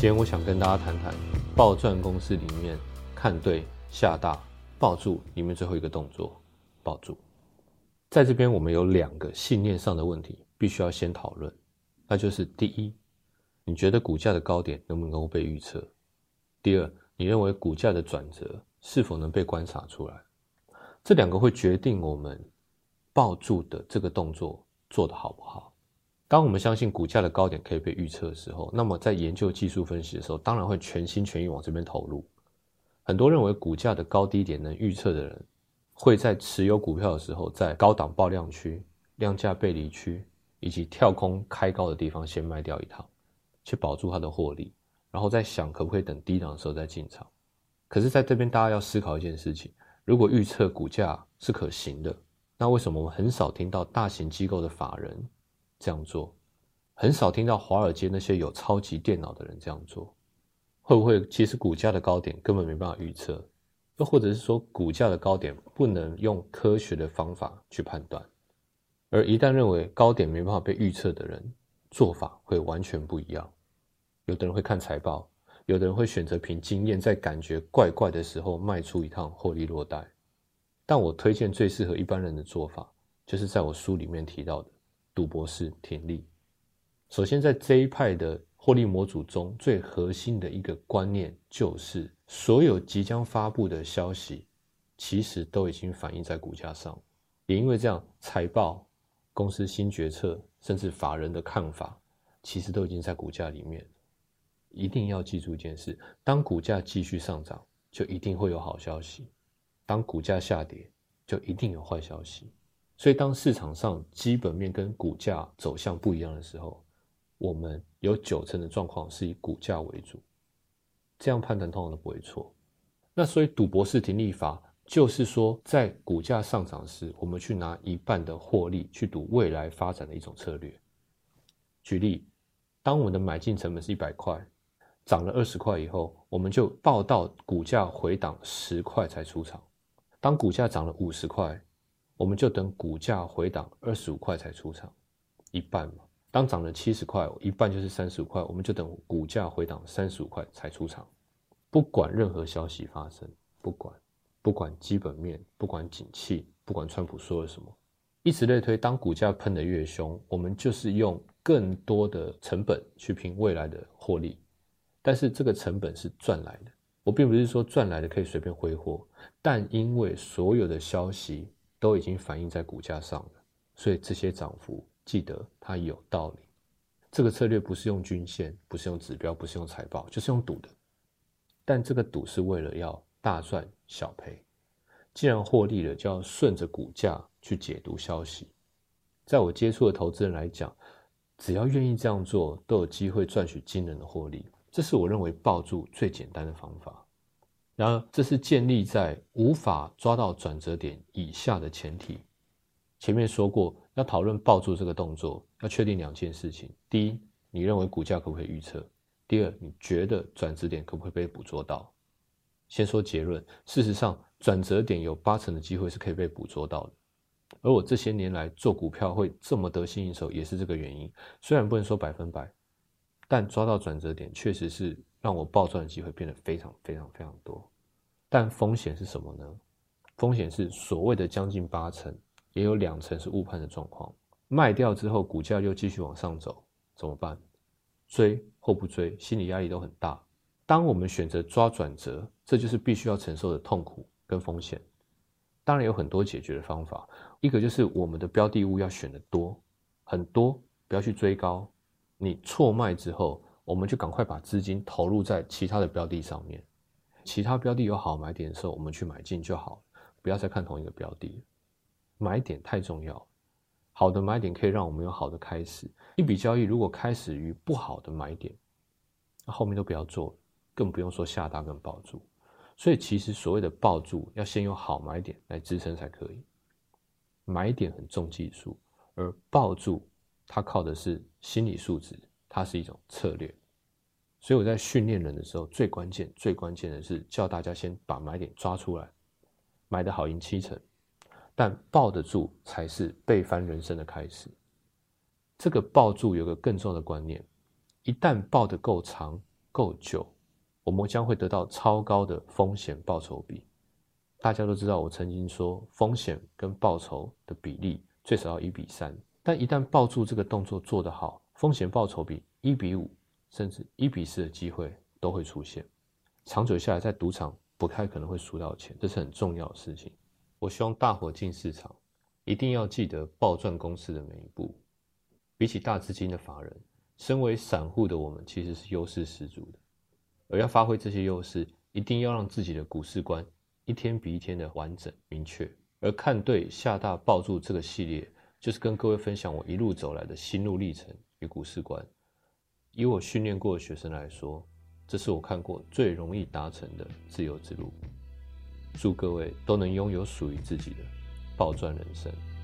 今天我想跟大家谈谈抱赚公式里面看对下大抱住里面最后一个动作抱住。在这边我们有2个信念上的问题必须要先讨论，那就是第一，你觉得股价的高点能不能够被预测？第二，你认为股价的转折是否能被观察出来？这2个会决定我们抱住的这个动作做得好不好。当我们相信股价的高点可以被预测的时候，那么在研究技术分析的时候，当然会全心全意往这边投入。很多认为股价的高低点能预测的人，会在持有股票的时候，在高档爆量区、量价背离区以及跳空开高的地方先卖掉一趟，去保住它的获利，然后再想可不可以等低档的时候再进场。可是在这边大家要思考一件事情，如果预测股价是可行的，那为什么我们很少听到大型机构的法人这样做，很少听到华尔街那些有超级电脑的人这样做？会不会其实股价的高点根本没办法预测，又或者是说股价的高点不能用科学的方法去判断，而一旦认为高点没办法被预测的人，做法会完全不一样。有的人会看财报，有的人会选择凭经验在感觉怪怪的时候卖出一趟获利落袋。但我推荐最适合一般人的做法，就是在我书里面提到的赌博式停利。首先在这一派的获利模组中，最核心的一个观念就是所有即将发布的消息其实都已经反映在股价上。也因为这样，财报、公司新决策甚至法人的看法其实都已经在股价里面。一定要记住一件事，当股价继续上涨，就一定会有好消息，当股价下跌，就一定有坏消息。所以当市场上基本面跟股价走向不一样的时候，我们有90%的状况是以股价为主，这样判断通常都不会错。那所以赌博式停利法就是说，在股价上涨时，我们去拿一半的获利去赌未来发展的一种策略。举例，当我们的买进成本是100块，涨了20块以后，我们就抱到股价回档10块才出场。当股价涨了50块，我们就等股价回档25块才出场，一半嘛。当涨了70块，一半就是35块，我们就等股价回档35块才出场。不管任何消息发生，不管基本面，不管景气，不管川普说了什么，以此类推，当股价喷得越凶，我们就是用更多的成本去拼未来的获利。但是这个成本是赚来的，我并不是说赚来的可以随便挥霍，但因为所有的消息都已经反映在股价上了，所以这些涨幅记得它有道理。这个策略不是用均线，不是用指标，不是用财报，就是用赌的。但这个赌是为了要大赚小赔，既然获利了，就要顺着股价去解读消息。在我接触的投资人来讲，只要愿意这样做，都有机会赚取惊人的获利。这是我认为抱住最简单的方法。然而，这是建立在无法抓到转折点以下的前提。前面说过，要讨论抱住这个动作，要确定2件事情。第一，你认为股价可不可以预测？第二，你觉得转折点可不可以被捕捉到？先说结论，事实上，转折点有80%的机会是可以被捕捉到的。而我这些年来做股票会这么得心应手，也是这个原因。虽然不能说100%，但抓到转折点确实是让我爆赚的机会变得非常多。但风险是什么呢？风险是所谓的将近80%，也有2%是误判的状况。卖掉之后股价又继续往上走，怎么办？追或不追，心理压力都很大。当我们选择抓转折，这就是必须要承受的痛苦跟风险。当然有很多解决的方法，一个就是我们的标的物要选得多，很多，不要去追高。你错卖之后，我们就赶快把资金投入在其他的标的上面，其他标的有好买点的时候，我们去买进就好，不要再看同一个标的。买点太重要，好的买点可以让我们有好的开始。一笔交易如果开始于不好的买点，那后面都不要做了，更不用说下大跟抱住。所以其实所谓的抱住，要先有好买点来支撑才可以。买点很重技术，而抱住它靠的是心理素质，它是一种策略。所以我在训练人的时候，最关键的是叫大家先把买点抓出来，买得好赢70%，但抱得住才是倍翻人生的开始。这个抱住有个更重要的观念，一旦抱得够长， 够久，我们将会得到超高的风险报酬比。大家都知道，我曾经说风险跟报酬的比例最少要1:3，但一旦抱住这个动作做得好，风险报酬比1:5甚至1:4的机会都会出现。长久下来，在赌场不太可能会输到钱，这是很重要的事情。我希望大伙进市场一定要记得抱赚公式的每一步。比起大资金的法人，身为散户的我们其实是优势十足的，而要发挥这些优势，一定要让自己的股市观一天比一天的完整明确。而看对下大抱住这个系列，就是跟各位分享我一路走来的心路历程与股市观。以我训练过的学生来说，这是我看过最容易达成的自由之路。祝各位都能拥有属于自己的抱赚人生。